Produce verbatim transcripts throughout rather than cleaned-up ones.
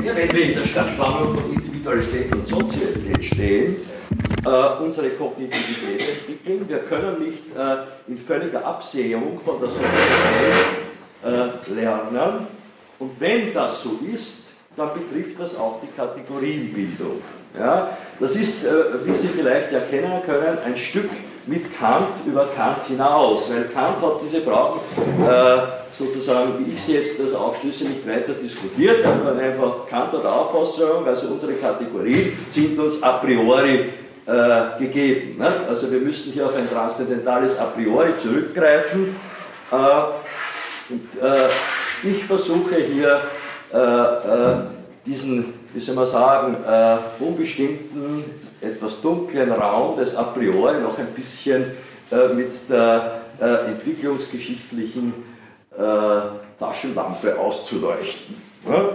wir, wenn wir in der Stadtspannung von Individualität und Sozialität stehen, äh, unsere Kognitivität entwickeln. Wir können nicht äh, in völliger Absehung von der Sozialität äh, lernen. Und wenn das so ist, dann betrifft das auch die Kategorienbildung. Ja, das ist, äh, wie Sie vielleicht erkennen können, ein Stück mit Kant über Kant hinaus, weil Kant hat diese Fragen äh, sozusagen, wie ich sie jetzt das aufschließe, nicht weiter diskutiert, sondern einfach Kant hat Auffassung, also unsere Kategorien sind uns a priori äh, gegeben. Ne? Also wir müssen hier auf ein transzendentales a priori zurückgreifen. Äh, und äh, ich versuche hier äh, äh, diesen, wie soll man sagen, äh, unbestimmten, etwas dunklen Raum des a priori noch ein bisschen äh, mit der äh, entwicklungsgeschichtlichen äh, Taschenlampe auszuleuchten. Ja,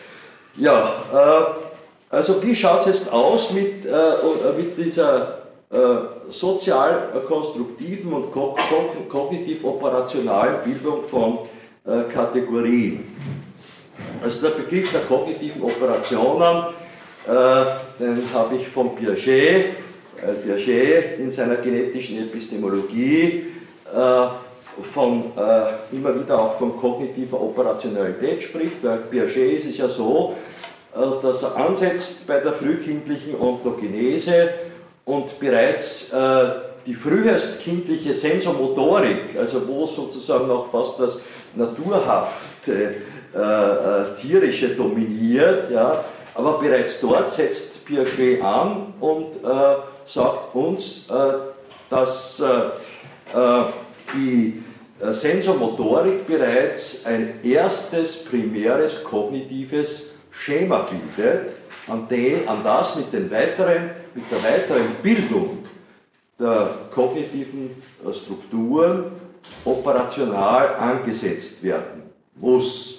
ja äh, also wie schaut es jetzt aus mit, äh, mit dieser äh, sozial-konstruktiven und ko kognitiv-operationalen Bildung von äh, Kategorien? Also der Begriff der kognitiven Operationen, äh, den habe ich von Piaget, äh, Piaget in seiner genetischen Epistemologie, äh, von, äh, immer wieder auch von kognitiver Operationalität spricht. Bei Piaget ist es ja so, äh, dass er ansetzt bei der frühkindlichen Ontogenese und bereits äh, die frühestkindliche Sensomotorik, also wo sozusagen noch fast das naturhafte Äh, äh, tierische dominiert, ja, aber bereits dort setzt Piaget an und äh, sagt uns, äh, dass äh, äh, die äh, Sensomotorik bereits ein erstes primäres kognitives Schema bildet, an, den, an das mit, den weiteren, mit der weiteren Bildung der kognitiven äh, Strukturen operational angesetzt werden muss.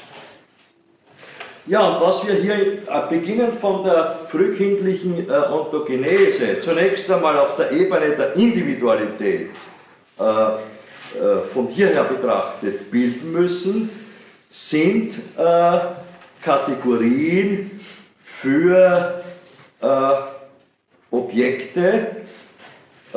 Ja, und was wir hier äh, beginnen von der frühkindlichen äh, Ontogenese, zunächst einmal auf der Ebene der Individualität äh, äh, von hierher betrachtet bilden müssen, sind äh, Kategorien für äh, Objekte äh,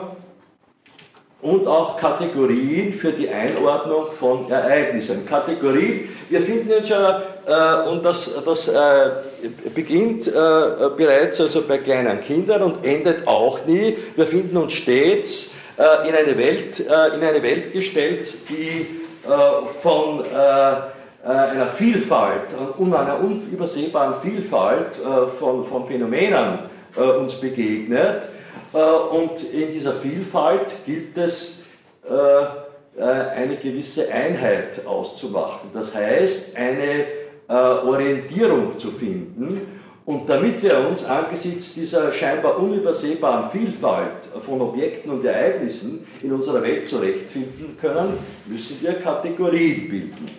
und auch Kategorien für die Einordnung von Ereignissen. Kategorien, wir finden uns ja, äh, und das, das äh, beginnt äh, bereits also bei kleinen Kindern und endet auch nie, wir finden uns stets äh, in, eine Welt, äh, in eine Welt gestellt, die äh, von äh, einer Vielfalt und einer unübersehbaren Vielfalt äh, von, von Phänomenen äh, uns begegnet. Und in dieser Vielfalt gilt es, eine gewisse Einheit auszumachen. Das heißt, eine Orientierung zu finden. Und damit wir uns angesichts dieser scheinbar unübersehbaren Vielfalt von Objekten und Ereignissen in unserer Welt zurechtfinden können, müssen wir Kategorien bilden.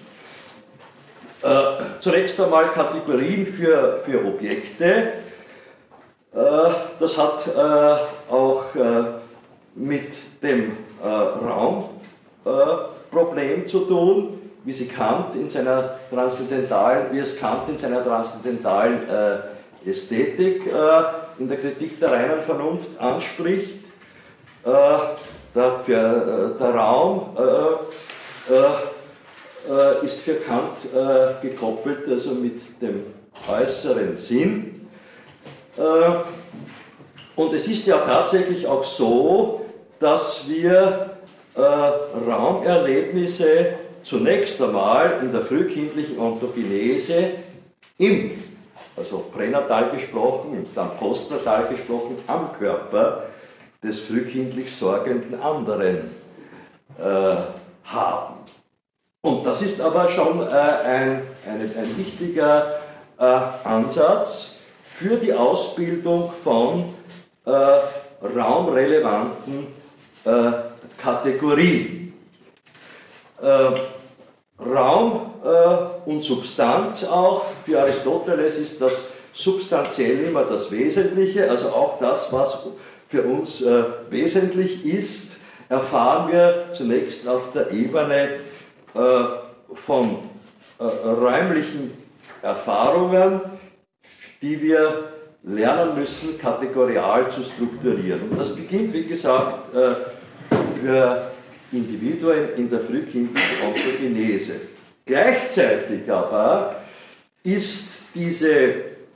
Zunächst einmal Kategorien für, für Objekte. Das hat äh, auch äh, mit dem äh, Raumproblem äh, zu tun, wie sie Kant in seiner transzendentalen, wie es Kant in seiner transzendentalen äh, Ästhetik äh, in der Kritik der reinen Vernunft anspricht. Äh, der, für, äh, der Raum äh, äh, ist für Kant äh, gekoppelt, also mit dem äußeren Sinn. Und es ist ja tatsächlich auch so, dass wir äh, Raumerlebnisse zunächst einmal in der frühkindlichen Ontogenese im, also pränatal gesprochen und dann postnatal gesprochen, am Körper des frühkindlich sorgenden anderen äh, haben. Und das ist aber schon äh, ein, ein, ein wichtiger äh, Ansatz für die Ausbildung von äh, raumrelevanten äh, Kategorien. Äh, Raum äh, und Substanz auch, für Aristoteles ist das substanziell immer das Wesentliche, also auch das, was für uns äh, wesentlich ist, erfahren wir zunächst auf der Ebene äh, von äh, räumlichen Erfahrungen, die wir lernen müssen, kategorial zu strukturieren. Und das beginnt, wie gesagt, für Individuen in der frühkindlichen Ontogenese. Gleichzeitig aber ist diese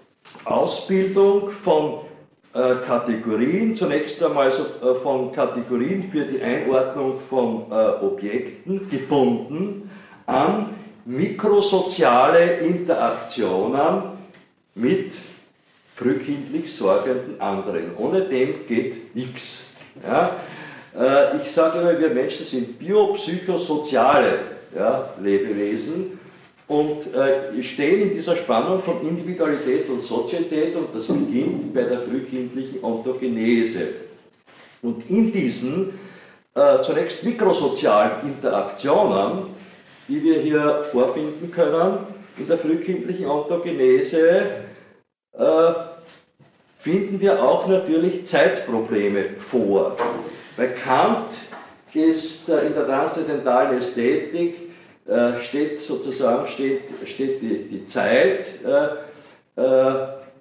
Ausbildung von äh, Kategorien, zunächst einmal so, äh, von Kategorien für die Einordnung von äh, Objekten gebunden an mikrosoziale Interaktionen mit frühkindlich sorgenden anderen. Ohne dem geht nichts. Ja? Äh, ich sage immer, wir Menschen sind biopsychosoziale, ja, Lebewesen und äh, stehen in dieser Spannung von Individualität und Sozietät, und das beginnt bei der frühkindlichen Ontogenese. Und in diesen äh, zunächst mikrosozialen Interaktionen, die wir hier vorfinden können in der frühkindlichen Ontogenese, äh, finden wir auch natürlich Zeitprobleme vor. Bei Kant ist äh, in der transzendentalen Ästhetik äh, steht sozusagen steht, steht die, die Zeit äh, äh,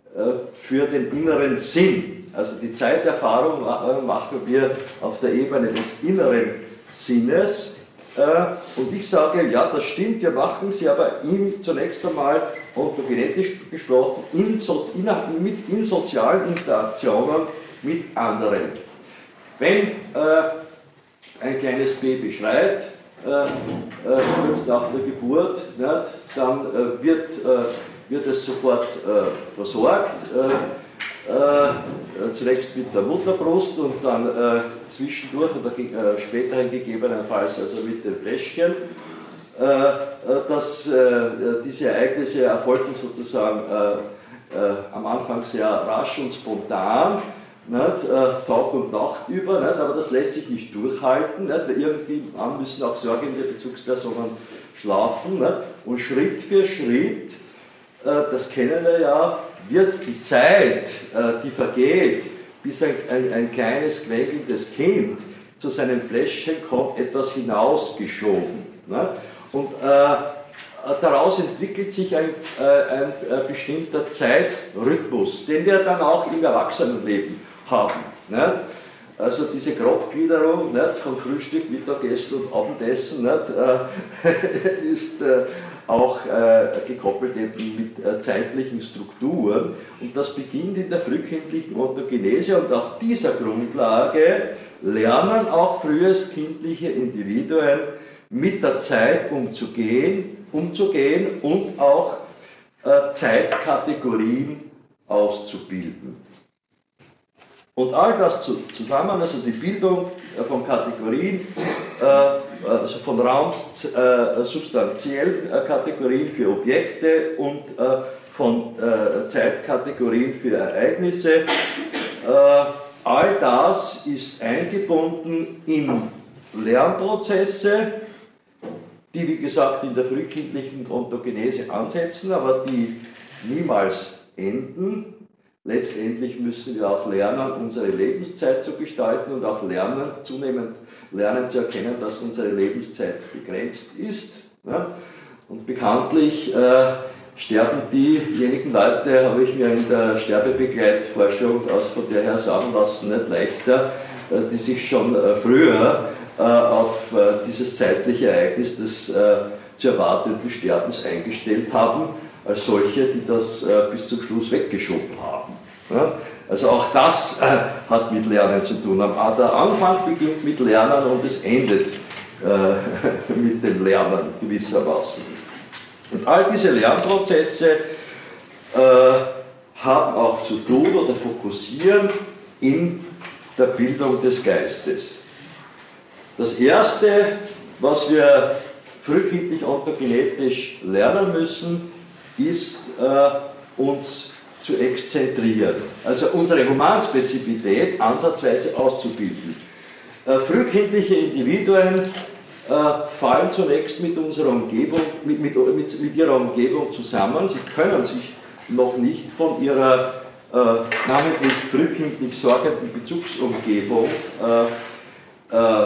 für den inneren Sinn. Also die Zeiterfahrung machen wir auf der Ebene des inneren Sinnes. Äh, und ich sage, ja, das stimmt, wir machen sie aber in, zunächst einmal ontogenetisch gesprochen in, so, in, mit, in sozialen Interaktionen mit anderen. Wenn äh, ein kleines Baby schreit, äh, äh, kurz nach der Geburt, nicht, dann äh, wird, äh, wird es sofort äh, versorgt, äh, äh, zunächst mit der Mutterbrust und dann äh, zwischendurch oder äh, späterhin gegebenenfalls also mit dem Fläschchen. Äh, dass äh, diese Ereignisse erfolgen sozusagen äh, äh, am Anfang sehr rasch und spontan. Nicht, äh, Tag und Nacht über, nicht, aber das lässt sich nicht durchhalten, nicht, weil irgendwann müssen auch sorgende Bezugspersonen schlafen. Nicht, und Schritt für Schritt, äh, das kennen wir ja, wird die Zeit, äh, die vergeht, bis ein, ein, ein kleines, quengelndes Kind zu seinem Fläschchen kommt, etwas hinausgeschoben. Nicht, und äh, daraus entwickelt sich ein, äh, ein, ein bestimmter Zeitrhythmus, den wir dann auch im Erwachsenenleben haben. Nicht? Also diese Grobgliederung nicht, von Frühstück, Mittagessen und Abendessen nicht, äh, ist äh, auch äh, gekoppelt eben mit äh, zeitlichen Strukturen, und das beginnt in der frühkindlichen Ontogenese, und auf dieser Grundlage lernen auch frühestkindliche Individuen mit der Zeit umzugehen, umzugehen und auch äh, Zeitkategorien auszubilden. Und all das zu, zusammen, also die Bildung äh, von Kategorien, äh, also von Raum äh, substanziellen äh, Kategorien für Objekte und äh, von äh, Zeitkategorien für Ereignisse, äh, all das ist eingebunden in Lernprozesse, die, wie gesagt, in der frühkindlichen Ontogenese ansetzen, aber die niemals enden. Letztendlich müssen wir auch lernen, unsere Lebenszeit zu gestalten und auch lernen, zunehmend lernen zu erkennen, dass unsere Lebenszeit begrenzt ist. Ja? Und bekanntlich äh, sterben diejenigen Leute, habe ich mir in der Sterbebegleitforschung aus von der her sagen lassen, nicht leichter, äh, die sich schon äh, früher äh, auf äh, dieses zeitliche Ereignis des äh, zu erwartenden Sterbens eingestellt haben, als solche, die das äh, bis zum Schluss weggeschoben haben. Ja? Also auch das äh, hat mit Lernen zu tun. Aber der Anfang beginnt mit Lernen und es endet äh, mit dem Lernen gewissermaßen. Und all diese Lernprozesse äh, haben auch zu tun oder fokussieren in der Bildung des Geistes. Das Erste, was wir frühkindlich ontogenetisch lernen müssen, ist, äh, uns zu exzentrieren, also unsere Humanspezifität ansatzweise auszubilden. Äh, frühkindliche Individuen äh, fallen zunächst mit unserer Umgebung, mit, mit, mit, mit ihrer Umgebung zusammen. Sie können sich noch nicht von ihrer äh, namentlich frühkindlich sorgenden Bezugsumgebung äh, äh,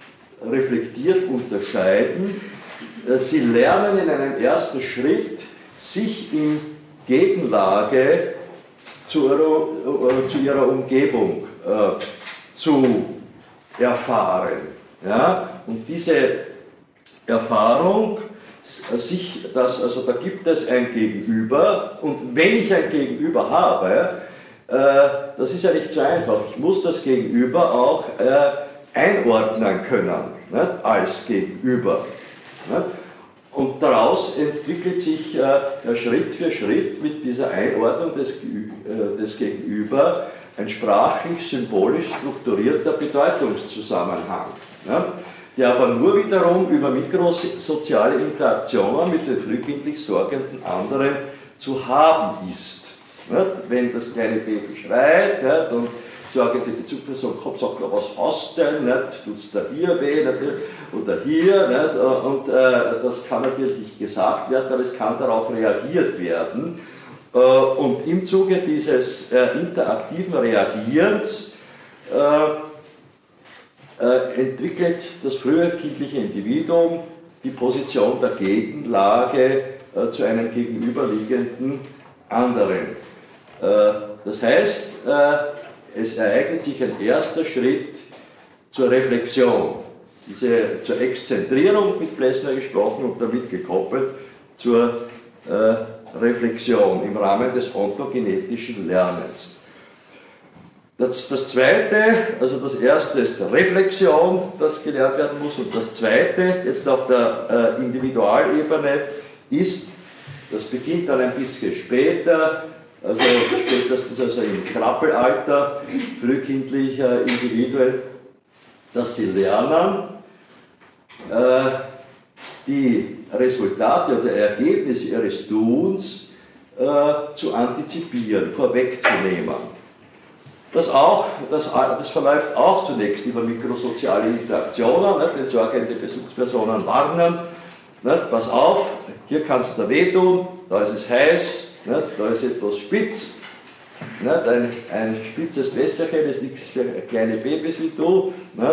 reflektiert unterscheiden. Sie lernen in einem ersten Schritt sich in Gegenlage zu ihrer, äh, zu ihrer Umgebung äh, zu erfahren. Ja? Und diese Erfahrung, sich das, also da gibt es ein Gegenüber, und wenn ich ein Gegenüber habe, äh, das ist ja nicht so einfach, ich muss das Gegenüber auch äh, einordnen können, nicht? Als Gegenüber. Nicht? Und daraus entwickelt sich äh, Schritt für Schritt mit dieser Einordnung des, äh, des Gegenüber ein sprachlich, symbolisch strukturierter Bedeutungszusammenhang, ja, der aber nur wiederum über mikrosoziale Interaktionen mit den frühkindlich sorgenden anderen zu haben ist. Ja, wenn das kleine Baby schreit, ja, dann sorgende Bezugsperson kommt, sagt, was hast du denn, tut es da hier weh nicht, oder hier, nicht, und äh, das kann natürlich nicht gesagt werden, aber es kann darauf reagiert werden. Äh, und im Zuge dieses äh, interaktiven Reagierens äh, äh, entwickelt das frühe kindliche Individuum die Position der Gegenlage äh, zu einem gegenüberliegenden anderen. Äh, das heißt, äh, es ereignet sich ein erster Schritt zur Reflexion, diese, zur Exzentrierung, mit Plessner gesprochen und damit gekoppelt zur äh, Reflexion im Rahmen des ontogenetischen Lernens. Das, das zweite, also das erste ist Reflexion, das gelernt werden muss, und das zweite, jetzt auf der äh, Individualebene, ist, das beginnt dann ein bisschen später, also spätestens also im Krabbelalter frühkindlicher Individuen, dass sie lernen, äh, die Resultate oder Ergebnisse ihres Tuns äh, zu antizipieren, vorwegzunehmen. Das, auch, das, das verläuft auch zunächst über mikrosoziale Interaktionen, nicht, wenn sorgende Besuchspersonen warnen, nicht, pass auf, hier kannst du wehtun, da ist es heiß, nicht, da ist etwas spitz, nicht, ein, ein spitzes Wässerchen ist nichts für kleine Babys wie du, nicht,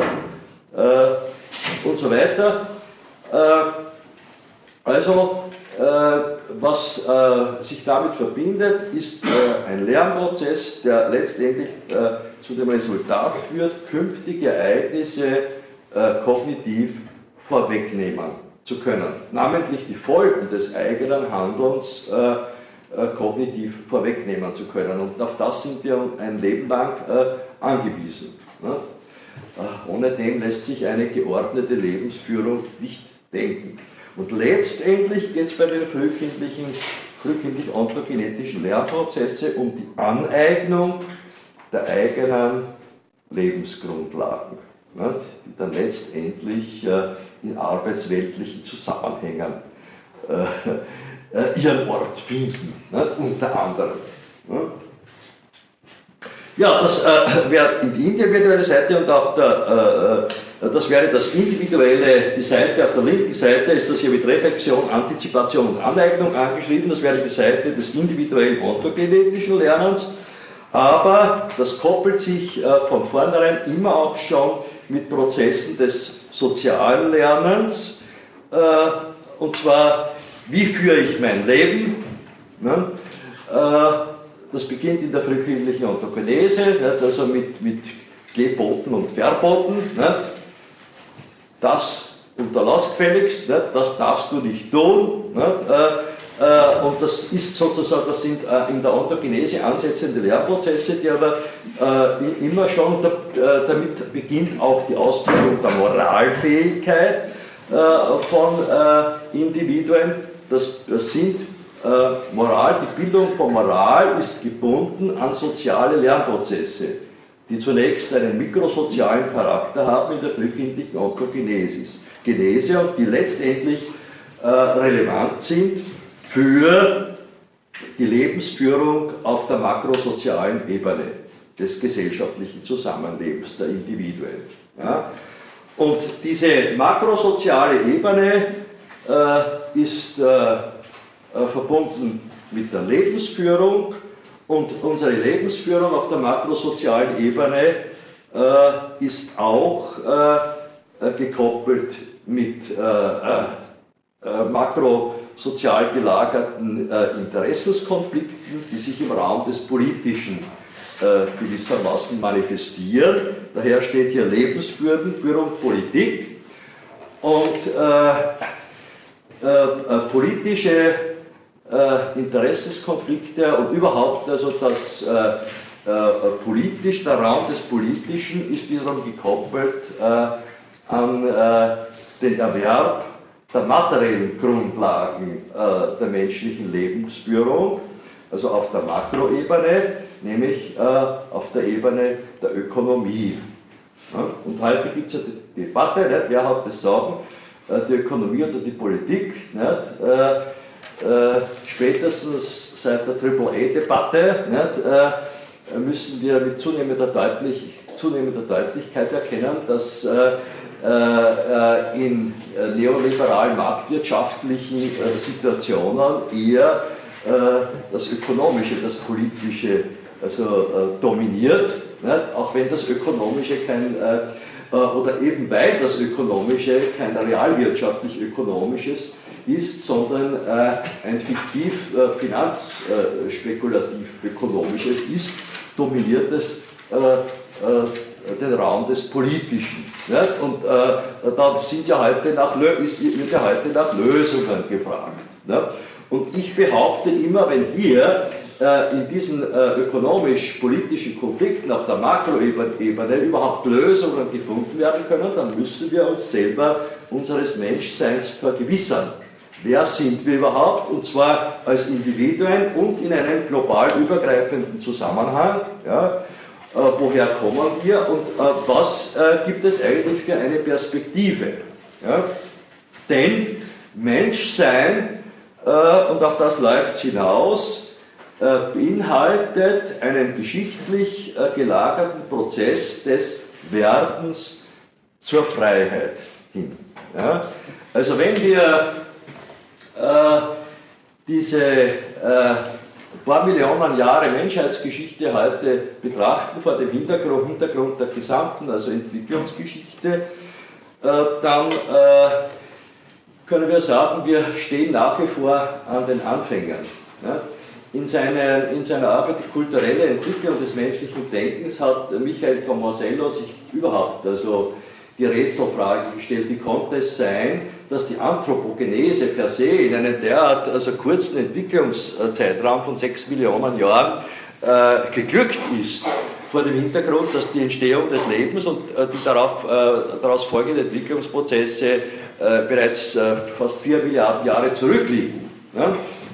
äh, und so weiter. Äh, also, äh, was äh, sich damit verbindet, ist äh, ein Lernprozess, der letztendlich äh, zu dem Resultat führt, künftige Ereignisse äh, kognitiv vorwegnehmen zu können, namentlich die Folgen des eigenen Handelns äh, äh, kognitiv vorwegnehmen zu können. Und auf das sind wir ein Leben lang äh, angewiesen. Ne? Äh, ohne dem lässt sich eine geordnete Lebensführung nicht denken. Und letztendlich geht es bei den frühkindlichen, frühkindlich ontogenetischen Lernprozesse um die Aneignung der eigenen Lebensgrundlagen, ne, die dann letztendlich äh, in arbeitsweltlichen Zusammenhängen äh, äh, ihren Ort finden, ne, unter anderem. Ne. Ja, das äh, wäre die individuelle Seite, und auf der, äh, das wäre das individuelle, die Seite auf der linken Seite ist das hier mit Reflexion, Antizipation und Aneignung angeschrieben, das wäre die Seite des individuellen ontogenetischen Lernens, aber das koppelt sich äh, von vornherein immer auch schon mit Prozessen des sozialen Lernens, äh, und zwar, wie führe ich mein Leben, ne? äh, Das beginnt in der frühkindlichen Ontogenese, nicht, also mit, mit Geboten und Verboten. Nicht. Das unterlass gefälligst, nicht, das darfst du nicht tun. Nicht, äh, äh, und das ist sozusagen, das sind äh, in der Ontogenese ansetzende Lernprozesse, die aber äh, immer schon, da, äh, damit beginnt auch die Ausbildung der Moralfähigkeit äh, von äh, Individuen. Das, das sind Moral, die Bildung von Moral ist gebunden an soziale Lernprozesse, die zunächst einen mikrosozialen Charakter haben in der frühkindlichen Ontogenesis, Genese, und die letztendlich äh, relevant sind für die Lebensführung auf der makrosozialen Ebene des gesellschaftlichen Zusammenlebens der Individuen. Ja? Und diese makrosoziale Ebene äh, ist äh, verbunden mit der Lebensführung, und unsere Lebensführung auf der makrosozialen Ebene äh, ist auch äh, gekoppelt mit äh, äh, makro sozial gelagerten äh, Interessenskonflikten, die sich im Raum des Politischen äh, gewissermaßen manifestieren. Daher steht hier Lebensführung, Führung, Politik und äh, äh, politische äh, Interessenskonflikte und überhaupt also das äh, äh, politisch, der Raum des Politischen ist wiederum gekoppelt äh, an äh, den Erwerb der materiellen Grundlagen äh, der menschlichen Lebensführung, also auf der Makroebene, nämlich äh, auf der Ebene der Ökonomie. Ja? Und heute gibt es ja die Debatte, nicht? Wer hat das Sagen, äh, die Ökonomie oder die Politik? Nicht? Äh, äh, spätestens seit der Triple-A-Debatte äh, müssen wir mit zunehmender, Deutlich, zunehmender Deutlichkeit erkennen, dass äh, in neoliberalen marktwirtschaftlichen situationen eher das Ökonomische, das Politische also dominiert, auch wenn das Ökonomische kein, oder eben weil das Ökonomische kein realwirtschaftlich-ökonomisches ist, sondern ein fiktiv finanzspekulativ-ökonomisches ist, dominiert es den Raum des Politischen. Nicht? Und äh, da sind ja heute nach, ist, wird ja heute nach Lösungen gefragt. Nicht? Und ich behaupte immer, wenn hier äh, in diesen äh, ökonomisch-politischen Konflikten auf der Makroebene überhaupt Lösungen gefunden werden können, dann müssen wir uns selber unseres Menschseins vergewissern. Wer sind wir überhaupt? Und zwar als Individuen und in einem global übergreifenden Zusammenhang. Ja? Äh, woher kommen wir und äh, was äh, gibt es eigentlich für eine Perspektive? Ja? Denn Menschsein, äh, und auf das läuft es hinaus, äh, beinhaltet einen geschichtlich äh, gelagerten Prozess des Werdens zur Freiheit hin. Ja? Also wenn wir äh, diese äh, paar Millionen Jahre Menschheitsgeschichte heute betrachten, vor dem Hintergrund, Hintergrund der gesamten, also Entwicklungsgeschichte, äh, dann äh, können wir sagen, wir stehen nach wie vor an den Anfängen. Ja? In, seine, in seiner Arbeit Die kulturelle Entwicklung des menschlichen Denkens hat Michael Tomasello sich überhaupt also die Rätselfrage gestellt, wie konnte es sein, dass die Anthropogenese per se in einem derart also kurzen Entwicklungszeitraum von sechs Millionen Jahren äh, geglückt ist, vor dem Hintergrund, dass die Entstehung des Lebens und äh, die darauf, äh, daraus folgenden Entwicklungsprozesse äh, bereits äh, fast vier Milliarden Jahre zurückliegen. Ja?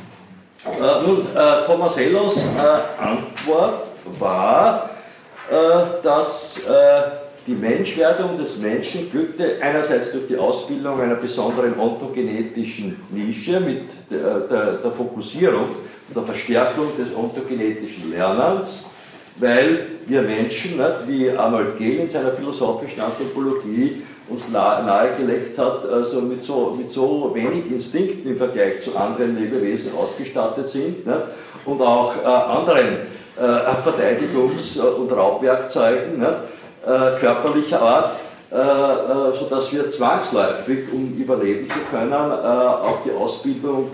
Äh, nun, äh, Tomasellos äh, Antwort war, äh, dass äh, die Menschwerdung des Menschen glückte einerseits durch die Ausbildung einer besonderen ontogenetischen Nische mit der, der, der Fokussierung, der Verstärkung des ontogenetischen Lernens, weil wir Menschen, nicht, wie Arnold Gehlen in seiner philosophischen Anthropologie uns nahegelegt hat, also mit so, mit so wenig Instinkten im Vergleich zu anderen Lebewesen ausgestattet sind, nicht, und auch äh, anderen äh, Verteidigungs- und Raubwerkzeugen, nicht, Äh, körperlicher Art, äh, äh, sodass wir zwangsläufig, um überleben zu können, äh, auf die Ausbildung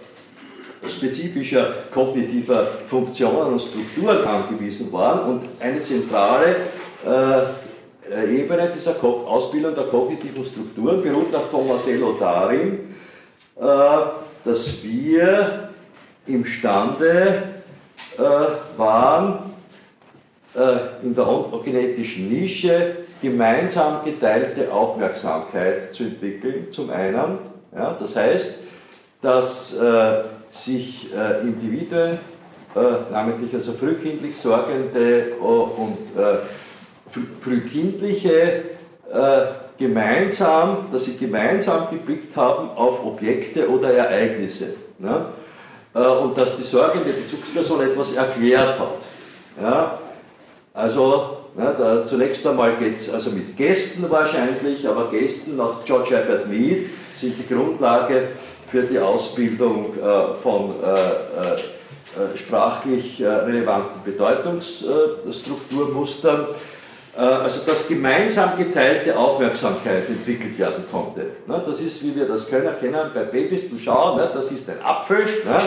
äh, spezifischer kognitiver Funktionen und Strukturen angewiesen waren. Und eine zentrale äh, Ebene dieser Ko- Ausbildung der kognitiven Strukturen beruht nach Tomasello darin, äh, dass wir imstande äh, waren, in der ontogenetischen Nische gemeinsam geteilte Aufmerksamkeit zu entwickeln, zum einen. Ja, das heißt, dass äh, sich äh, Individuen, äh, namentlich also frühkindlich Sorgende äh, und äh, frühkindliche, äh, gemeinsam, dass sie gemeinsam geblickt haben auf Objekte oder Ereignisse. Ja, äh, und dass die sorgende Bezugsperson etwas erklärt hat. Ja, also, ja, da, zunächst einmal geht es also mit Gesten wahrscheinlich, aber Gesten nach George Herbert Mead sind die Grundlage für die Ausbildung äh, von äh, äh, sprachlich äh, relevanten Bedeutungsstrukturmustern. Äh, also dass gemeinsam geteilte Aufmerksamkeit entwickelt werden konnte. Das ist, wie wir das können, kennen bei Babys, du schau, das ist ein Apfel,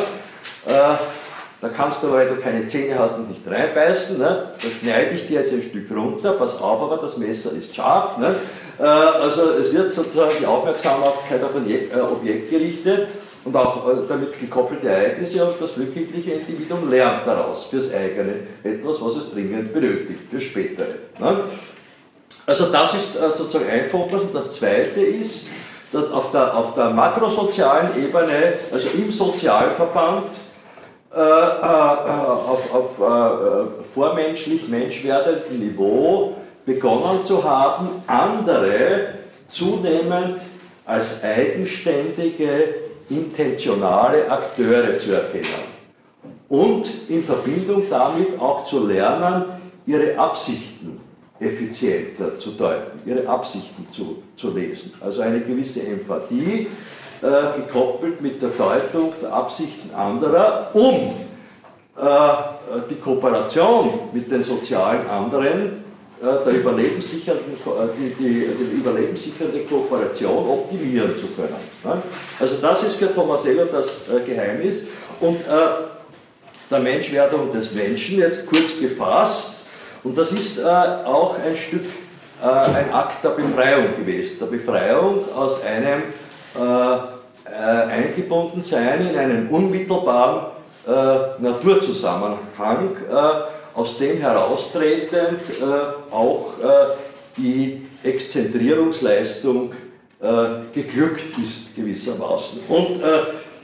da kannst du, weil du keine Zähne hast und nicht reinbeißen, da schneide ich dir jetzt ein Stück runter, pass auf, aber das Messer ist scharf. Also es wird sozusagen die Aufmerksamkeit auf ein Objekt gerichtet und auch damit gekoppelte Ereignisse und das frühkindliche Individuum lernt daraus fürs eigene etwas, was es dringend benötigt, fürs spätere. Also das ist sozusagen ein Fokus und das zweite ist, dass auf der, auf der makrosozialen Ebene, also im Sozialverband, äh, äh, auf, auf äh, vormenschlich mensch werdendem Niveau begonnen zu haben, andere zunehmend als eigenständige intentionale Akteure zu erkennen und in Verbindung damit auch zu lernen, ihre Absichten effizienter zu deuten, ihre Absichten zu, zu lesen. Also eine gewisse Empathie, äh, gekoppelt mit der Deutung der Absichten anderer, um äh, die Kooperation mit den sozialen anderen, äh, der überlebenssichernden, die, die, die überlebenssichernde Kooperation optimieren zu können. Ne? Also das ist für Tomasello das äh, Geheimnis. Und äh, der Menschwerdung des Menschen, jetzt kurz gefasst, und das ist äh, auch ein Stück, äh, ein Akt der Befreiung gewesen, der Befreiung aus einem äh, äh, Eingebundensein in einen unmittelbaren äh, Naturzusammenhang, äh, aus dem heraustretend äh, auch äh, die Exzentrierungsleistung äh, geglückt ist gewissermaßen. Und äh,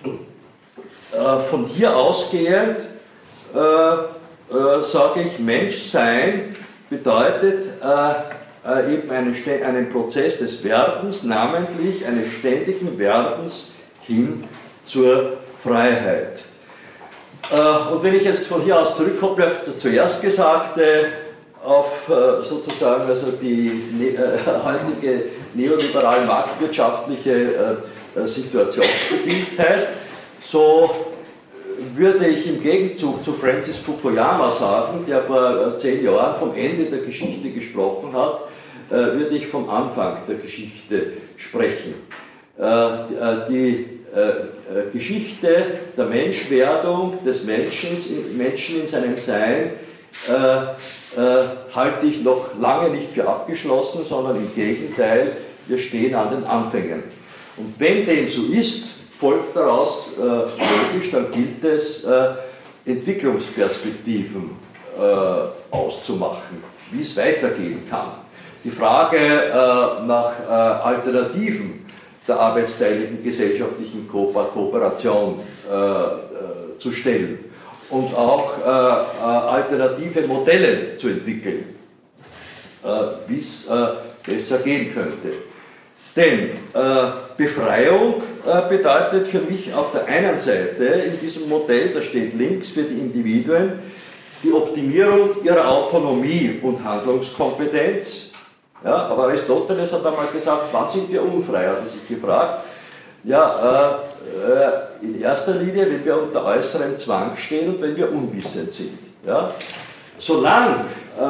äh, von hier ausgehend äh, äh, sage ich, Menschsein bedeutet äh, äh, eben einen, einen Prozess des Werdens, namentlich eines ständigen Werdens hin zur Freiheit. Äh, und wenn ich jetzt von hier aus zurückkomme auf das zuerst Gesagte, auf äh, sozusagen also die ne äh, heutige neoliberal marktwirtschaftliche äh, Situationsbedingtheit, so würde ich im Gegenzug zu Francis Fukuyama sagen, der vor zehn Jahren vom Ende der Geschichte gesprochen hat, äh, würde ich vom Anfang der Geschichte sprechen. Äh, die äh, Geschichte der Menschwerdung des Menschen, Menschen in seinem Sein äh, äh, halte ich noch lange nicht für abgeschlossen, sondern im Gegenteil, wir stehen an den Anfängen. Und wenn dem so ist, folgt daraus äh, logisch, dann gilt es, äh, Entwicklungsperspektiven äh, auszumachen, wie es weitergehen kann. Die Frage äh, nach äh, Alternativen der arbeitsteiligen gesellschaftlichen Ko Kooperation äh, äh, zu stellen und auch äh, äh, alternative Modelle zu entwickeln, äh, wie es äh, besser gehen könnte. Denn äh, Befreiung äh, bedeutet für mich auf der einen Seite in diesem Modell, da steht links für die Individuen, die Optimierung ihrer Autonomie und Handlungskompetenz. Ja, aber Aristoteles hat einmal gesagt, wann sind wir unfrei, hat er sich gefragt. Ja, äh, in erster Linie, wenn wir unter äußerem Zwang stehen und wenn wir unwissend sind. Ja. Solange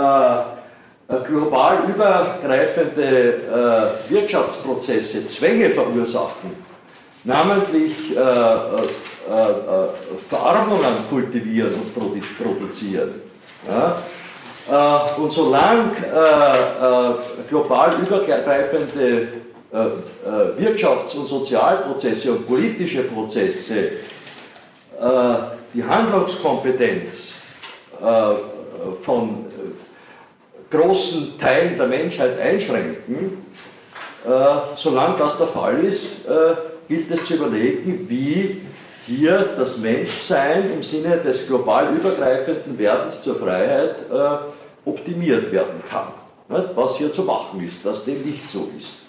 äh, global übergreifende äh, Wirtschaftsprozesse Zwänge verursachen, namentlich äh, äh, äh, Verarmungen kultivieren und produ produzieren, ja, äh, und solange äh, äh, global übergreifende äh, äh, Wirtschafts- und Sozialprozesse und politische Prozesse äh, die Handlungskompetenz äh, von großen Teilen der Menschheit einschränken, äh, solange das der Fall ist, äh, gilt es zu überlegen, wie hier das Menschsein im Sinne des global übergreifenden Werdens zur Freiheit äh, optimiert werden kann. Nicht? Was hier zu machen ist, dass dem nicht so ist.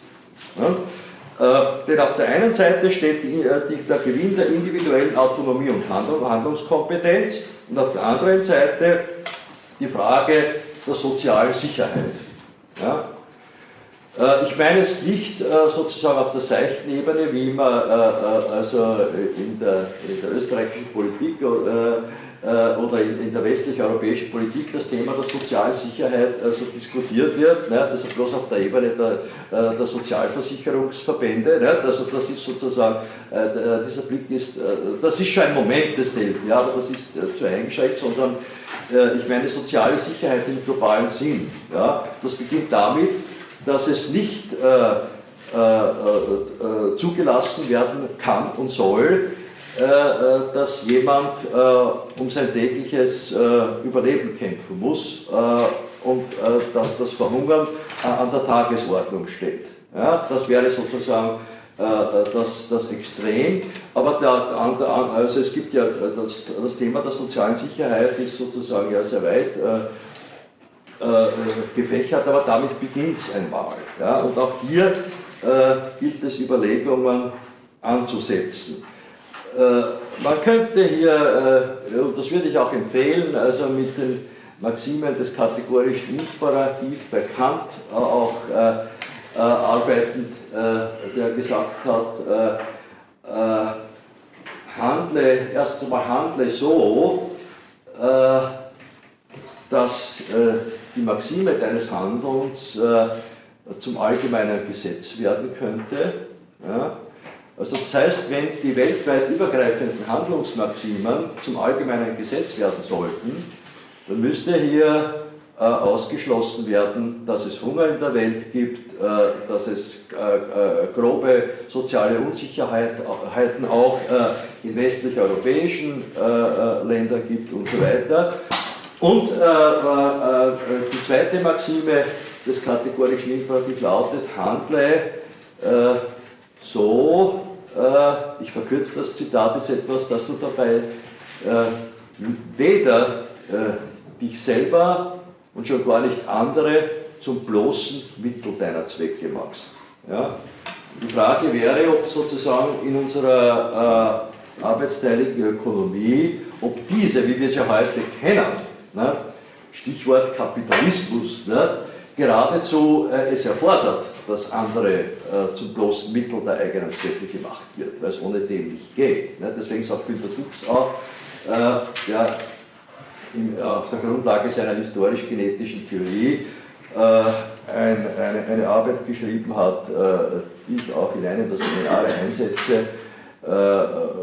Äh, denn auf der einen Seite steht die, die, der Gewinn der individuellen Autonomie und Handlung, Handlungskompetenz und auf der anderen Seite die Frage der sozialen Sicherheit. Ja? Äh, ich meine jetzt nicht äh, sozusagen auf der seichten Ebene, wie immer äh, äh, also in der, in der österreichischen Politik äh, äh, oder in, in der westlich-europäischen Politik das Thema der sozialen Sicherheit also diskutiert wird, ne? Also bloß auf der Ebene der, der Sozialversicherungsverbände, ne? Also das ist sozusagen, äh, dieser Blick ist, äh, das ist schon ein Moment desselben, ja, aber das ist äh, zu eingeschränkt, sondern äh, ich meine soziale Sicherheit im globalen Sinn. Ja? Das beginnt damit, dass es nicht äh, äh, äh, zugelassen werden kann und soll, dass jemand äh, um sein tägliches äh, Überleben kämpfen muss äh, und äh, dass das Verhungern äh, an der Tagesordnung steht. Ja, das wäre sozusagen äh, das, das Extrem. Aber der, der, also es gibt ja das, das Thema der sozialen Sicherheit ist sozusagen ja sehr weit äh, äh, gefächert, aber damit beginnt es einmal. Ja, und auch hier äh, gilt es Überlegungen anzusetzen. Man könnte hier, und das würde ich auch empfehlen, also mit den Maximen des kategorischen Imperativ bei Kant auch äh, arbeitend, äh, der gesagt hat, äh, äh, handle, erst einmal handle so, äh, dass äh, die Maxime deines Handelns äh, zum allgemeinen Gesetz werden könnte. Ja? Also das heißt, wenn die weltweit übergreifenden Handlungsmaximen zum allgemeinen Gesetz werden sollten, dann müsste hier äh, ausgeschlossen werden, dass es Hunger in der Welt gibt, äh, dass es äh, äh, grobe soziale Unsicherheiten auch äh, in westlich-europäischen äh, äh, Ländern gibt und so weiter. Und äh, äh, die zweite Maxime des kategorischen Imperativ lautet, handle äh, so, äh, ich verkürze das Zitat jetzt etwas, dass du dabei äh, weder äh, dich selber und schon gar nicht andere zum bloßen Mittel deiner Zwecke machst. Ja? Die Frage wäre, ob sozusagen in unserer äh, arbeitsteiligen Ökonomie, ob diese, wie wir sie heute kennen, ne, Stichwort Kapitalismus, ne, geradezu äh, es erfordert, dass andere äh, zum bloßen Mittel der eigenen Zwecke gemacht wird, weil es ohne dem nicht geht. Ne? Deswegen sagt Günter Dux auch, äh, ja, im, äh, auf der Grundlage seiner historisch-genetischen Theorie äh, ein, eine, eine Arbeit geschrieben hat, äh, die ich auch in einem der Seminare einsetze, äh,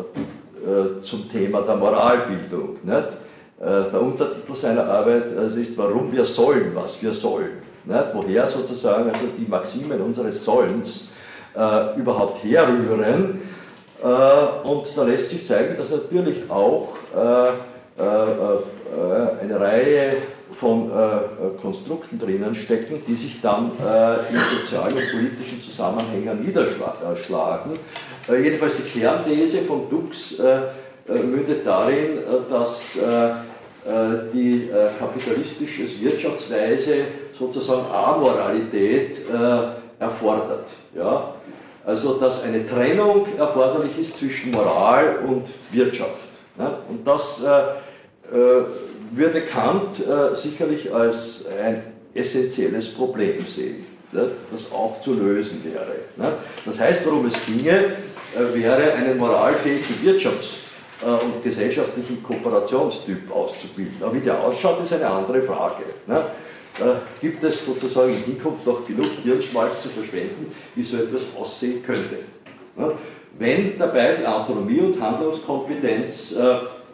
äh, zum Thema der Moralbildung. Nicht? Äh, der Untertitel seiner Arbeit also ist, warum wir sollen, was wir sollen. Nicht? Woher sozusagen also die Maximen unseres Sollens äh, überhaupt herrühren. Äh, und da lässt sich zeigen, dass natürlich auch äh, äh, äh, eine Reihe von äh, Konstrukten drinnen stecken, die sich dann äh, in sozialen und politischen Zusammenhängen niederschlagen. Äh, jedenfalls die Kernthese von Dux äh, äh, mündet darin, äh, dass äh, die äh, kapitalistische Wirtschaftsweise sozusagen Amoralität äh, erfordert. Ja? Also dass eine Trennung erforderlich ist zwischen Moral und Wirtschaft. Ne? Und das äh, äh, würde Kant äh, sicherlich als ein essentielles Problem sehen, ne? Das auch zu lösen wäre. Ne? Das heißt, worum es ginge, äh, wäre einen moralfähigen Wirtschafts- und gesellschaftlichen Kooperationstyp auszubilden. Aber wie der ausschaut, ist eine andere Frage. Ne? Äh, gibt es sozusagen in Hinkunft noch genug Hirnschmalz zu verschwenden, wie so etwas aussehen könnte? Ne? Wenn dabei die Autonomie und Handlungskompetenz äh,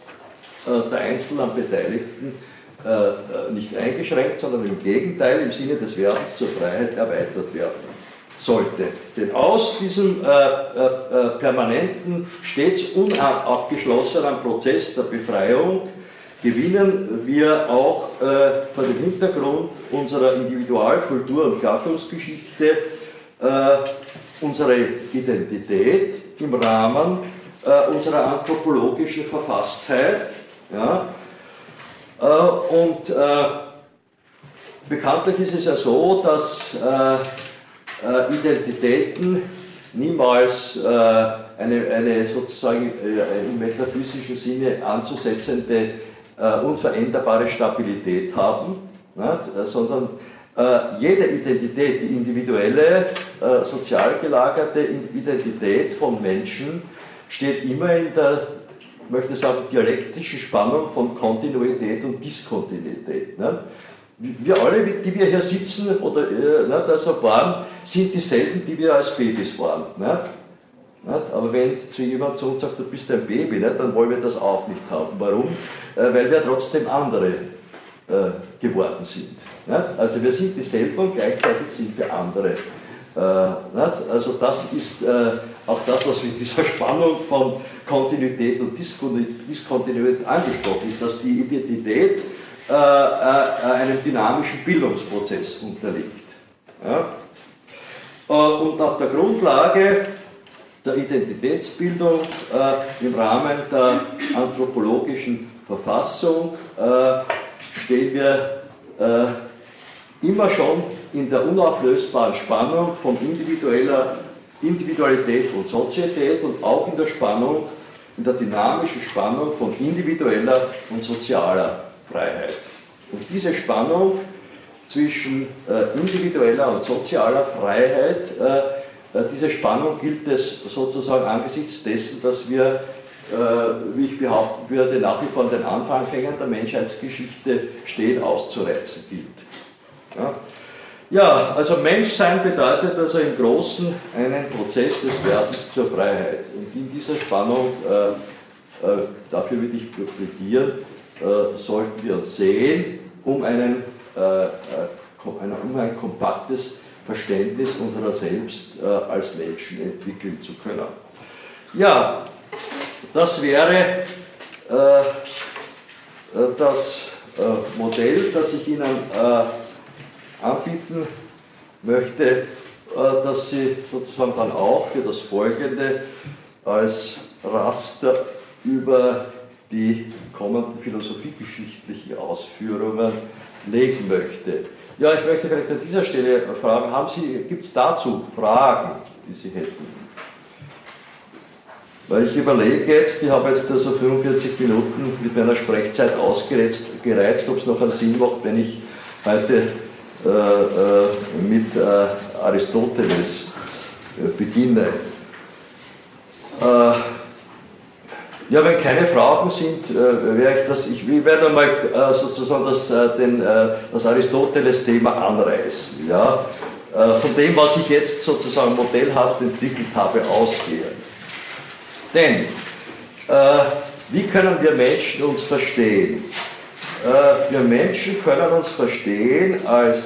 äh, der einzelnen Beteiligten äh, nicht eingeschränkt, sondern im Gegenteil im Sinne des Werdens zur Freiheit erweitert werden sollte. Denn aus diesem äh, äh, permanenten, stets unabgeschlossenen Prozess der Befreiung gewinnen wir auch äh, vor dem Hintergrund unserer Individualkultur und Gattungsgeschichte äh, unsere Identität im Rahmen äh, unserer anthropologischen Verfasstheit. Ja? Äh, und äh, bekanntlich ist es ja so, dass äh, Identitäten niemals äh, eine, eine sozusagen äh, im metaphysischen Sinne anzusetzende äh, unveränderbare Stabilität haben, nicht? Sondern äh, jede Identität, die individuelle, äh, sozial gelagerte Identität von Menschen steht immer in der möchte sagen, dialektischen Spannung von Kontinuität und Diskontinuität. Ne? Wir alle, die wir hier sitzen oder äh, ne, also waren, sind dieselben, die wir als Babys waren. Ne? Aber wenn zu jemand zu uns sagt, du bist ein Baby, ne, dann wollen wir das auch nicht haben. Warum? Äh, weil wir trotzdem andere äh, geworden sind. Ne? Also wir sind dieselben und gleichzeitig sind wir andere. Äh, ne? Also das ist äh, auch das, was mit dieser Spannung von Kontinuität und Diskontinuität angesprochen ist, dass die Identität äh, äh, einem dynamischen Bildungsprozess unterliegt. Ja? Äh, und auf der Grundlage der Identitätsbildung äh, im Rahmen der anthropologischen Verfassung äh, stehen wir äh, immer schon in der unauflösbaren Spannung von individueller Individualität und Sozietät und auch in der Spannung, in der dynamischen Spannung von individueller und sozialer Freiheit. Und diese Spannung zwischen äh, individueller und sozialer Freiheit, äh, diese Spannung gilt es sozusagen angesichts dessen, dass wir, äh, wie ich behaupten würde, nach wie vor an den Anfängen der Menschheitsgeschichte stehen, auszureizen gilt. Ja? Ja, also Menschsein bedeutet also im Großen einen Prozess des Werdens zur Freiheit. Und in dieser Spannung, äh, äh, dafür würde ich plädieren, äh, sollten wir uns sehen, um, einen, äh, um ein kompaktes Verständnis unserer selbst äh, als Menschen entwickeln zu können. Ja, das wäre äh, das äh, Modell, das ich Ihnen äh, anbieten möchte, äh, dass Sie sozusagen dann auch für das Folgende als Raster über die kommenden philosophiegeschichtlichen Ausführungen legen möchte. Ja, ich möchte vielleicht an dieser Stelle fragen, haben Sie, gibt es dazu Fragen, die Sie hätten? Weil ich überlege jetzt, ich habe jetzt also fünfundvierzig Minuten mit meiner Sprechzeit ausgereizt, gereizt, ob es noch einen Sinn macht, wenn ich heute äh, äh, mit äh, Aristoteles äh, beginne. Äh, Ja, wenn keine Fragen sind, äh, werde ich das, ich werde mal äh, sozusagen das, äh, den, äh, das Aristoteles-Thema anreißen, ja? Äh, von dem, was ich jetzt sozusagen modellhaft entwickelt habe, ausgehen. Denn, äh, wie können wir Menschen uns verstehen? Äh, wir Menschen können uns verstehen als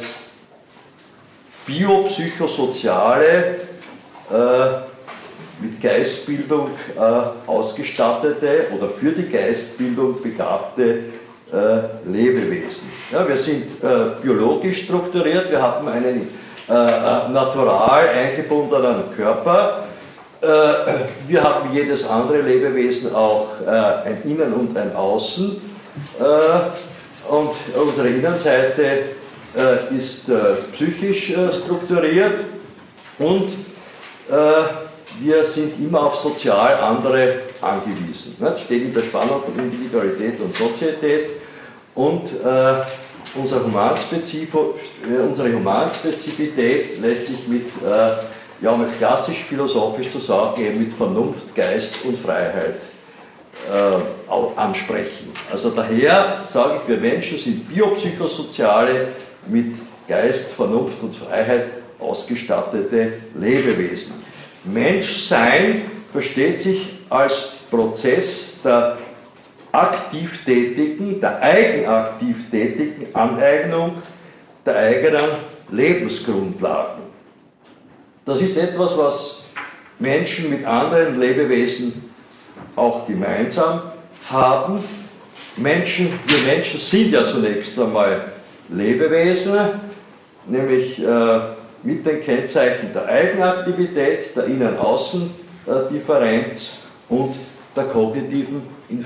biopsychosoziale, äh, mit Geistbildung äh, ausgestattete oder für die Geistbildung begabte äh, Lebewesen. Ja, wir sind äh, biologisch strukturiert, wir haben einen äh, natural eingebundenen Körper, äh, wir haben jedes andere Lebewesen auch äh, ein Innen und ein Außen äh, und unsere Innenseite äh, ist äh, psychisch äh, strukturiert und äh, wir sind immer auf sozial andere angewiesen. Das steht in der Spannung von Individualität und Sozietät und äh, unser Humanspezifo, unsere Humanspezifität lässt sich mit, äh, ja, um es klassisch philosophisch zu sagen, eben mit Vernunft, Geist und Freiheit äh, ansprechen. Also daher sage ich, wir Menschen sind biopsychosoziale, mit Geist, Vernunft und Freiheit ausgestattete Lebewesen. Menschsein versteht sich als Prozess der aktiv tätigen, der eigenaktiv tätigen Aneignung der eigenen Lebensgrundlagen. Das ist etwas, was Menschen mit anderen Lebewesen auch gemeinsam haben. Menschen, wir Menschen sind ja zunächst einmal Lebewesen, nämlich äh, mit den Kennzeichen der Eigenaktivität, der Innen-Außen-Differenz und der kognitiven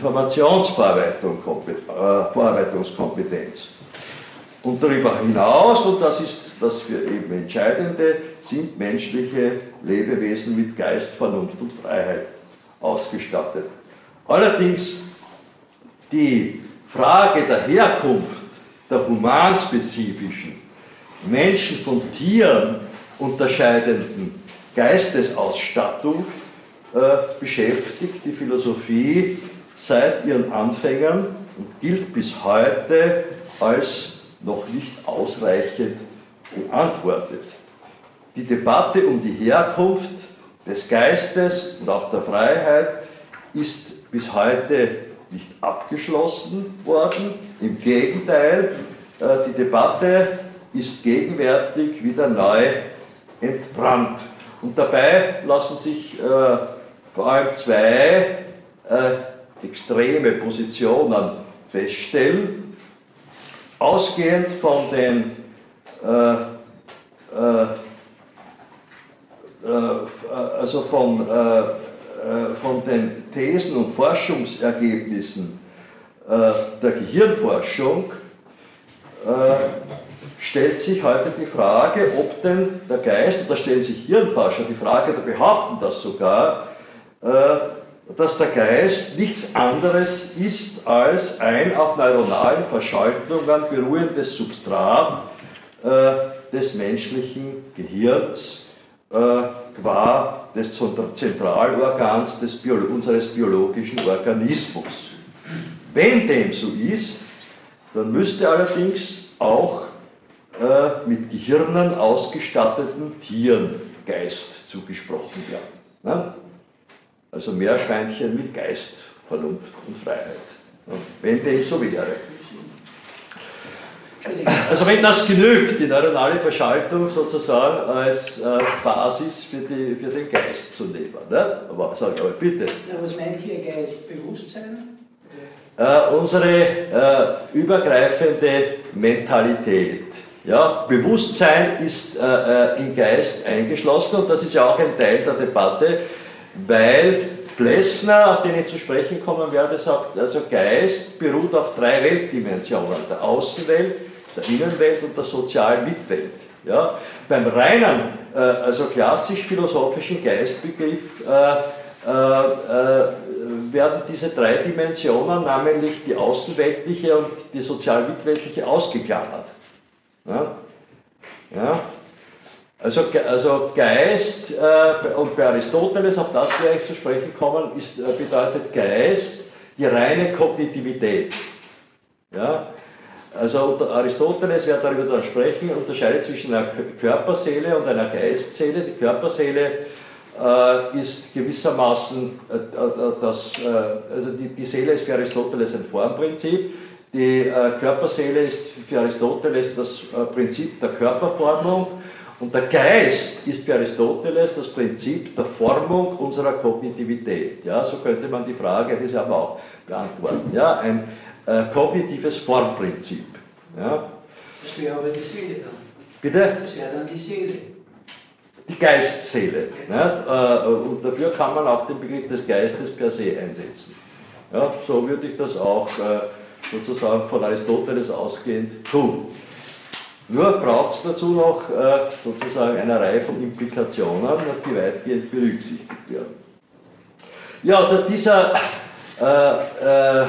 Informationsverarbeitungskompetenz. Und darüber hinaus, und das ist das für eben Entscheidende, sind menschliche Lebewesen mit Geist, Vernunft und Freiheit ausgestattet. Allerdings die Frage der Herkunft der humanspezifischen, Menschen von Tieren unterscheidenden Geistesausstattung äh, beschäftigt die Philosophie seit ihren Anfängen und gilt bis heute als noch nicht ausreichend beantwortet. Die Debatte um die Herkunft des Geistes und auch der Freiheit ist bis heute nicht abgeschlossen worden. Im Gegenteil, die Debatte ist gegenwärtig wieder neu entbrannt. Und dabei lassen sich äh, vor allem zwei äh, extreme Positionen feststellen, ausgehend von den äh, äh, äh, also von, äh, äh, von den Thesen und Forschungsergebnissen äh, der Gehirnforschung äh, stellt sich heute die Frage, ob denn der Geist, und da stellen sich Hirnforscher die Frage, da behaupten das sogar, äh, dass der Geist nichts anderes ist als ein auf neuronalen Verschaltungen beruhendes Substrat äh, des menschlichen Gehirns, äh, qua des Zentralorgans des Bio- unseres biologischen Organismus. Wenn dem so ist, dann müsste allerdings auch äh, mit Gehirnen ausgestatteten Tieren Geist zugesprochen werden. Ne? Also Meerschweinchen mit Geist, Vernunft und Freiheit. Ja, wenn dem so wäre. Also wenn das genügt, die neuronale Verschaltung sozusagen als äh, Basis für, die, für den Geist zu nehmen. Ne? Aber sag aber bitte. Ja, was meint hier Geist? Bewusstsein? Äh, unsere äh, übergreifende Mentalität. Ja, Bewusstsein ist äh, äh, im Geist eingeschlossen und das ist ja auch ein Teil der Debatte, weil Plessner, auf den ich zu sprechen kommen werde, sagt, also Geist beruht auf drei Weltdimensionen, der Außenwelt, der Innenwelt und der sozialen Mitwelt. Ja, beim reinen, äh, also klassisch philosophischen Geistbegriff äh, äh, äh, werden diese drei Dimensionen, namentlich die außenweltliche und die sozial-mitweltliche, ausgeklammert. Ja? Ja? Also, also Geist, äh, und bei Aristoteles, auf das werde ich zu sprechen kommen, ist, äh, bedeutet Geist die reine Kognitivität. Ja? Also unter Aristoteles, wer darüber dann sprechen, unterscheidet zwischen einer Körperseele und einer Geistseele. Die Körperseele äh, ist gewissermaßen, äh, das, äh, also die, die Seele ist für Aristoteles ein Formprinzip. Die äh, Körperseele ist für Aristoteles das äh, Prinzip der Körperformung und der Geist ist für Aristoteles das Prinzip der Formung unserer Kognitivität. Ja, so könnte man die Frage, die Sie aber auch beantworten. Ja, ein äh, kognitives Formprinzip. Ja. Das wäre aber die Seele dann. Bitte? Das wäre dann die Seele. Die Geistseele. Ja, äh, und dafür kann man auch den Begriff des Geistes per se einsetzen. Ja, so würde ich das auch äh, sozusagen von Aristoteles ausgehend tun. Nur braucht es dazu noch äh, sozusagen eine Reihe von Implikationen, die weitgehend berücksichtigt werden. Ja, also dieser äh, äh,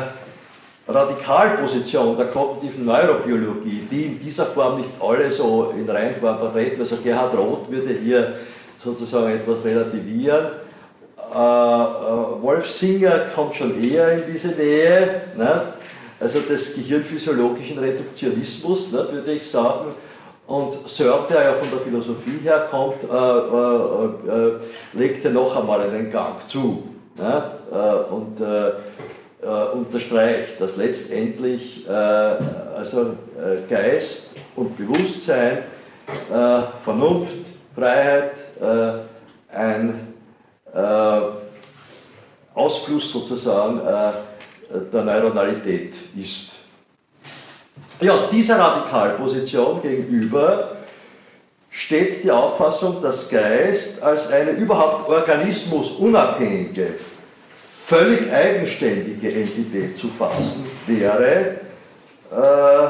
Radikalposition der kognitiven Neurobiologie, die in dieser Form nicht alle so in Reihenform vertreten, also Gerhard Roth würde hier sozusagen etwas relativieren. Äh, äh, Wolf Singer kommt schon eher in diese Nähe, ne? Also des gehirnphysiologischen Reduktionismus, ne, würde ich sagen. Und Searle, der ja von der Philosophie herkommt, äh, äh, äh, legte noch einmal einen Gang zu, ne, äh, und äh, äh, unterstreicht, dass letztendlich äh, also, äh, Geist und Bewusstsein, äh, Vernunft, Freiheit, äh, ein äh, Ausfluss sozusagen äh, der Neuronalität ist. Ja, dieser Radikalposition gegenüber steht die Auffassung, dass Geist als eine überhaupt organismusunabhängige, völlig eigenständige Entität zu fassen wäre, äh,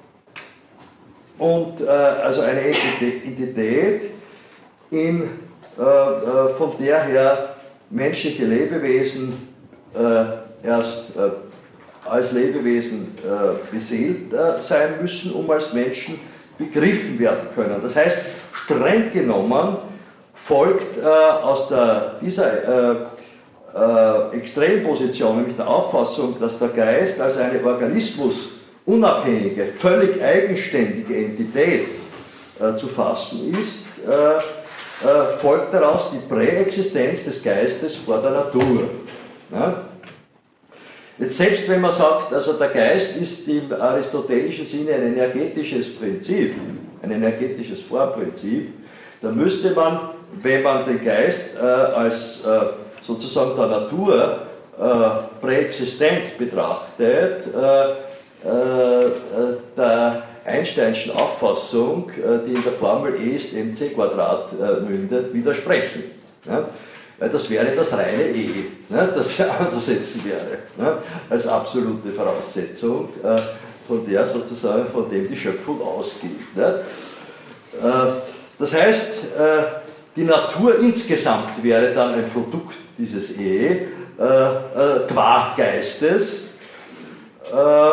und äh, also eine Entität, in, äh, äh, von der her menschliche Lebewesen äh, erst äh, als Lebewesen äh, beseelt äh, sein müssen, um als Menschen begriffen werden können. Das heißt, streng genommen folgt äh, aus der, dieser äh, äh, Extremposition, nämlich der Auffassung, dass der Geist als eine organismusunabhängige, völlig eigenständige Entität äh, zu fassen ist, äh, äh, folgt daraus die Präexistenz des Geistes vor der Natur. Ja? Jetzt selbst wenn man sagt, also der Geist ist im aristotelischen Sinne ein energetisches Prinzip, ein energetisches Vorprinzip, dann müsste man, wenn man den Geist äh, als äh, sozusagen der Natur äh, präexistent betrachtet, äh, äh, der Einsteinschen Auffassung, äh, die in der Formel E ist mc Quadrat äh, mündet, widersprechen. Ja? Weil das wäre das reine E, ne, das ja anzusetzen wäre, ne, als absolute Voraussetzung, äh, von der sozusagen, von dem die Schöpfung ausgeht. Ne. Äh, das heißt, äh, die Natur insgesamt wäre dann ein Produkt dieses E, äh, äh, qua Geistes, äh,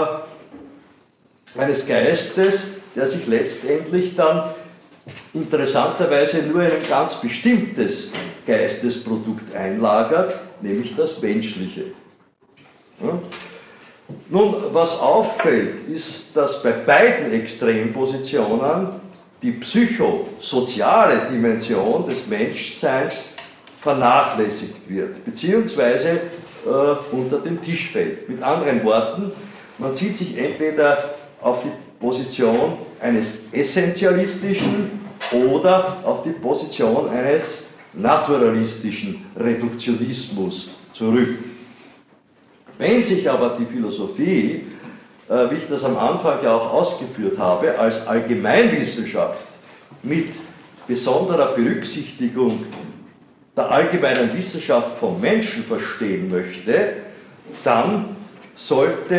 eines Geistes, der sich letztendlich dann interessanterweise nur in ein ganz bestimmtes Geistesprodukt einlagert, nämlich das Menschliche. Ja. Nun, was auffällt, ist, dass bei beiden Extrempositionen die psychosoziale Dimension des Menschseins vernachlässigt wird, beziehungsweise äh, unter den Tisch fällt. Mit anderen Worten, man zieht sich entweder auf die Position eines essentialistischen oder auf die Position eines naturalistischen Reduktionismus zurück. Wenn sich aber die Philosophie, äh, wie ich das am Anfang ja auch ausgeführt habe, als Allgemeinwissenschaft mit besonderer Berücksichtigung der allgemeinen Wissenschaft vom Menschen verstehen möchte, dann sollte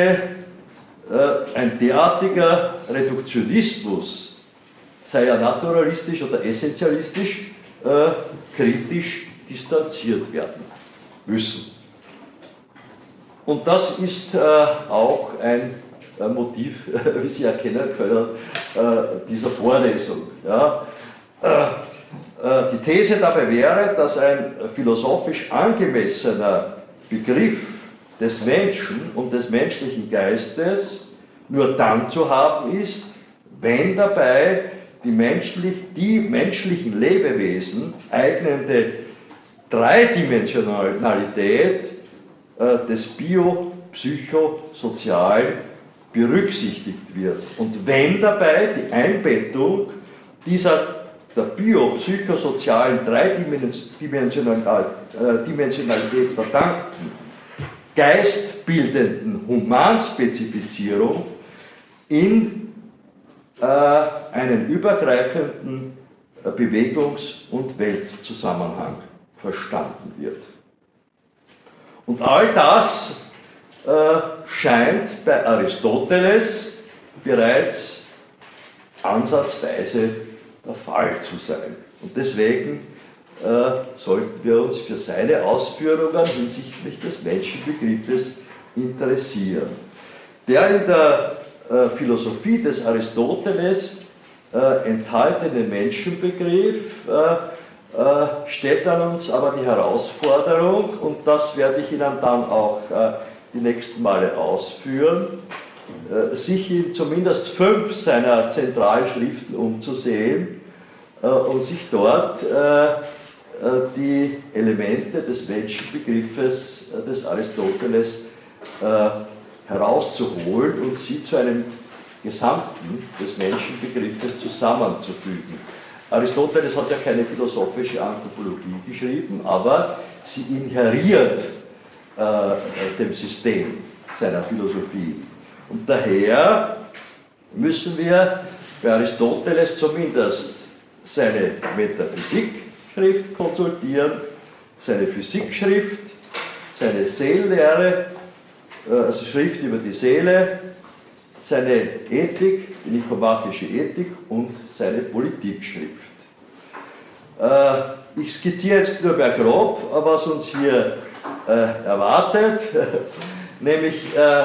äh, ein derartiger Reduktionismus, sei er naturalistisch oder essentialistisch, äh, kritisch distanziert werden müssen. Und das ist äh, auch ein äh, Motiv, wie Sie erkennen können, äh, dieser Vorlesung. Ja. Äh, äh, die These dabei wäre, dass ein philosophisch angemessener Begriff des Menschen und des menschlichen Geistes nur dann zu haben ist, wenn dabei die, menschlich, die menschlichen Lebewesen eignende Dreidimensionalität äh, des biopsychosozialen berücksichtigt wird. Und wenn dabei die Einbettung dieser der biopsychosozialen Dreidimensionalität verdankten geistbildenden Humanspezifizierung in äh, einen übergreifenden äh, Bewegungs- und Weltzusammenhang verstanden wird. Und all das äh, scheint bei Aristoteles bereits ansatzweise der Fall zu sein. Und deswegen äh, sollten wir uns für seine Ausführungen hinsichtlich des Menschenbegriffes interessieren. Der in der äh, Philosophie des Aristoteles äh, enthaltene Menschenbegriff äh, äh, stellt an uns aber die Herausforderung, und das werde ich Ihnen dann auch äh, die nächsten Male ausführen, äh, sich in zumindest fünf seiner zentralen Schriften umzusehen äh, und sich dort äh, die Elemente des Menschenbegriffes des Aristoteles äh, herauszuholen und sie zu einem Gesamten des Menschenbegriffes zusammenzufügen. Aristoteles hat ja keine philosophische Anthropologie geschrieben, aber sie inheriert äh, dem System seiner Philosophie. Und daher müssen wir bei Aristoteles zumindest seine Metaphysik konsultieren, seine Physikschrift, seine Seelenlehre, also Schrift über die Seele, seine Ethik, die nikomachische Ethik und seine Politikschrift. Ich skizziere jetzt nur mehr grob, was uns hier erwartet, nämlich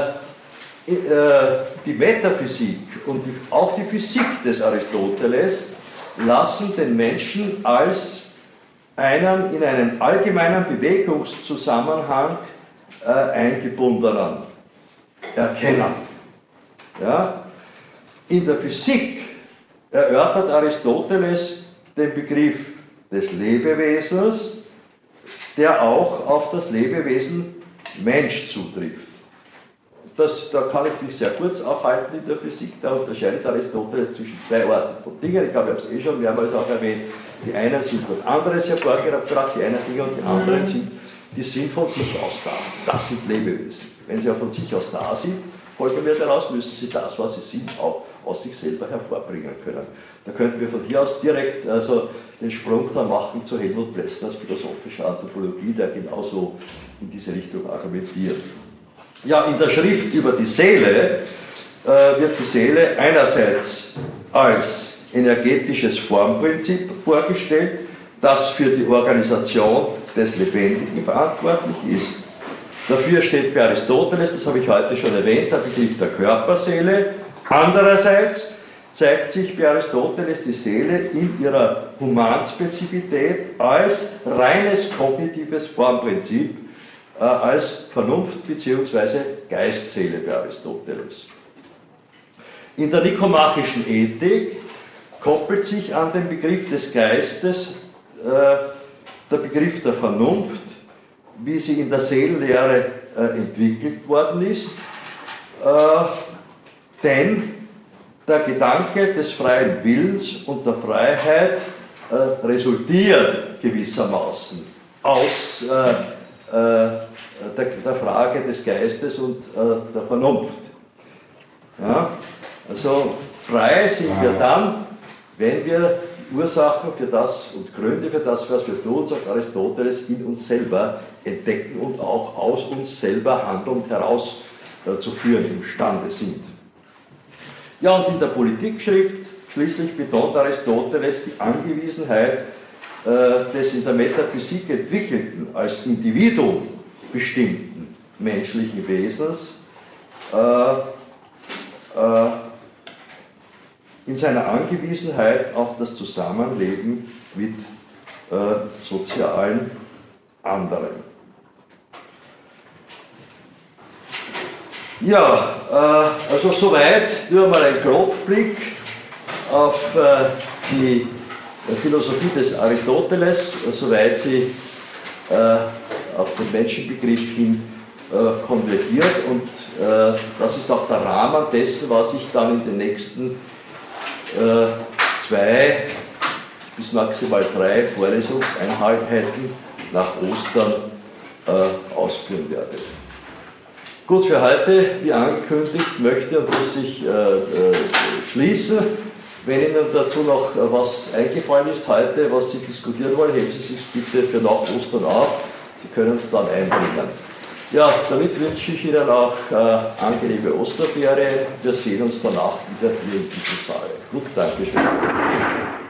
die Metaphysik und auch die Physik des Aristoteles lassen den Menschen als einen in einen allgemeinen Bewegungszusammenhang äh, eingebundenen erkennen. Ja? In der Physik erörtert Aristoteles den Begriff des Lebewesens, der auch auf das Lebewesen Mensch zutrifft. Das, da kann ich mich sehr kurz aufhalten in der Physik, da unterscheidet Aristoteles zwischen zwei Arten von Dingen. Ich glaube, ich habe es eh schon mehrmals auch erwähnt. Die einen sind durch anderes hervorgebracht, die einen Dinge und die anderen sind, die sind von sich aus da. Das sind Lebewesen. Wenn sie auch von sich aus da sind, folgen wir daraus, müssen sie das, was sie sind, auch aus sich selber hervorbringen können. Da könnten wir von hier aus direkt also den Sprung dann machen zu Helmut Plessners philosophischer Anthropologie, der genauso in diese Richtung argumentiert. Ja, in der Schrift über die Seele äh, wird die Seele einerseits als energetisches Formprinzip vorgestellt, das für die Organisation des Lebendigen verantwortlich ist. Dafür steht bei Aristoteles, das habe ich heute schon erwähnt, der Begriff der Körperseele. Andererseits zeigt sich bei Aristoteles die Seele in ihrer Humanspezifität als reines kognitives Formprinzip, äh, als Vernunft- bzw. Geistseele bei Aristoteles. In der nikomachischen Ethik koppelt sich an den Begriff des Geistes äh, der Begriff der Vernunft, wie sie in der Seelenlehre äh, entwickelt worden ist, äh, denn der Gedanke des freien Willens und der Freiheit äh, resultiert gewissermaßen aus äh, äh, der, der Frage des Geistes und äh, der Vernunft. Ja? Also frei sind wir dann, wenn wir Ursachen für das und Gründe für das, was wir tun, sagt Aristoteles, in uns selber entdecken und auch aus uns selber handelnd herauszuführen imstande sind. Ja, und in der Politikschrift schließlich betont Aristoteles die Angewiesenheit äh, des in der Metaphysik entwickelten, als Individuum bestimmten menschlichen Wesens äh, äh, in seiner Angewiesenheit auf das Zusammenleben mit äh, sozialen anderen. Ja, äh, also soweit nur mal ein Grobblick auf äh, die Philosophie des Aristoteles, soweit sie äh, auf den Menschenbegriff hin äh, konvergiert, und äh, das ist auch der Rahmen dessen, was ich dann in den nächsten äh, zwei bis maximal drei Vorlesungseinheiten nach Ostern äh, ausführen werde. Gut, für heute, wie angekündigt, möchte und muss ich äh, äh, schließen. Wenn Ihnen dazu noch äh, was eingefallen ist heute, was Sie diskutieren wollen, heben Sie sich bitte für nach Ostern auf. Sie können es dann einbringen. Ja, damit wünsche ich Ihnen auch äh, angenehme Osterferien. Wir sehen uns danach wieder hier in diesem Saal. Gut, danke schön.